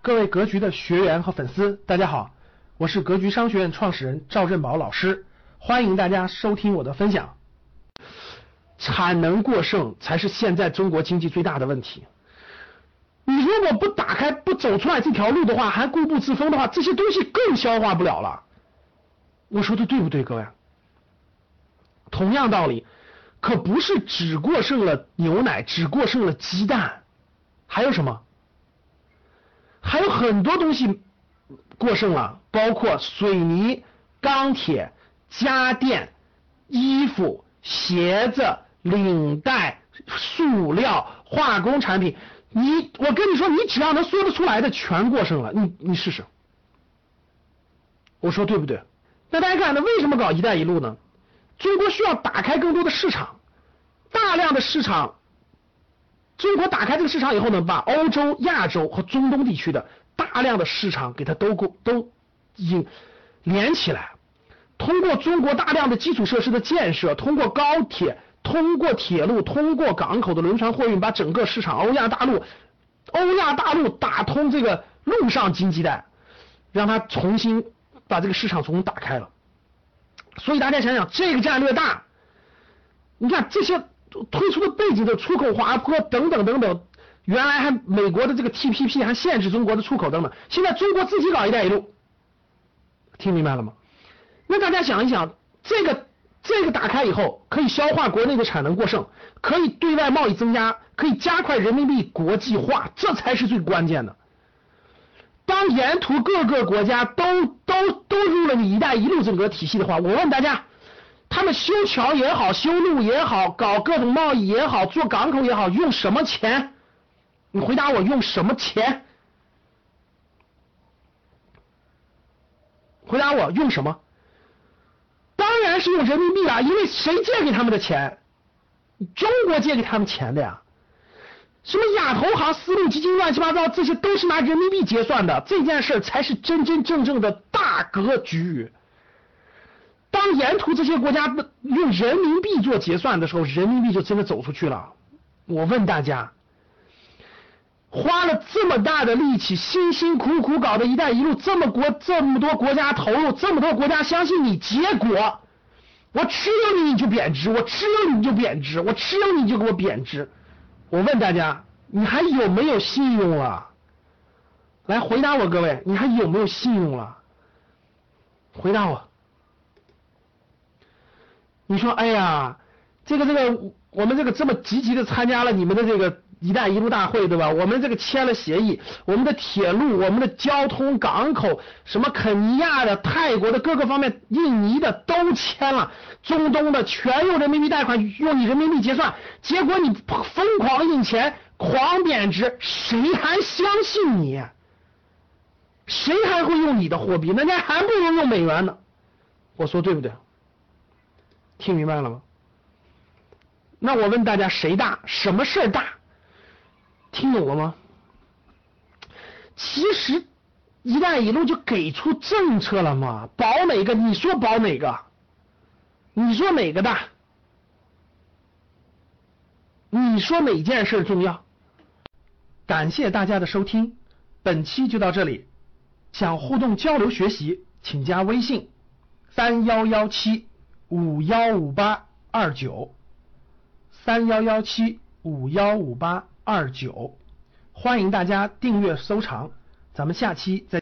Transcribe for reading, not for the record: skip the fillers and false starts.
各位格局的学员和粉丝，大家好，我是格局商学院创始人赵振宝老师，欢迎大家收听我的分享。产能过剩才是现在中国经济最大的问题。你如果不打开、不走出来这条路的话，还固步自封的话，这些东西更消化不了了。我说的对不对，各位？同样道理，可不是只过剩了牛奶，只过剩了鸡蛋，还有什么？还有很多东西过剩了，包括水泥、钢铁、家电、衣服、鞋子、领带、塑料、化工产品。我跟你说，你只要能说得出来的全过剩了，你试试。我说对不对？那大家看，那为什么搞一带一路呢？中国需要打开更多的市场，大量的市场。中国打开这个市场以后呢，把欧洲、亚洲和中东地区的大量的市场给它都连起来。通过中国大量的基础设施的建设，通过高铁，通过铁路，通过港口的轮船货运，把整个市场欧亚大陆打通这个陆上经济带，让它重新把这个市场重新打开了。所以大家想想，这个战略大，你看这些推出的背景的出口滑坡等等等等，原来还美国的这个 TPP 还限制中国的出口等等，现在中国自己搞一带一路，听明白了吗？那大家想一想，这个打开以后，可以消化国内的产能过剩，可以对外贸易增加，可以加快人民币国际化，这才是最关键的。当沿途各个国家都入了你一带一路整个体系的话，我问大家，他们修桥也好，修路也好，搞各种贸易也好，做港口也好，用什么钱？你回答我，用什么钱？回答我，用什么？当然是用人民币啊，因为谁借给他们的钱？中国借给他们钱的呀。什么亚投行、丝路基金乱七八糟，这些都是拿人民币结算的，这件事才是真真正正的大格局。当沿途这些国家用人民币做结算的时候，人民币就真的走出去了。我问大家，花了这么大的力气，辛辛苦苦搞的一带一路，这么多国家投入，这么多国家相信你，结果我持有你就贬值，我持有你就贬值，我持有你就给我贬值。我问大家，你还有没有信用了？来回答我，各位，你还有没有信用了？回答我。你说，哎呀，这个我们这么积极的参加了你们的这个一带一路大会，对吧？我们这个签了协议，我们的铁路、我们的交通、港口，什么肯尼亚的、泰国的各个方面、印尼的都签了，中东的全用人民币贷款，用你人民币结算，结果你疯狂印钱，狂贬值，谁还相信你？谁还会用你的货币？人家还不如用美元呢。我说对不对？听明白了吗？那我问大家，谁大？什么事儿大？听懂了吗？其实一带一路就给出政策了嘛，保哪个？你说保哪个？你说哪个大？你说哪件事重要？感谢大家的收听，本期就到这里。想互动交流学习，请加微信3117-515829，3117-515829，欢迎大家订阅收藏，咱们下期再见。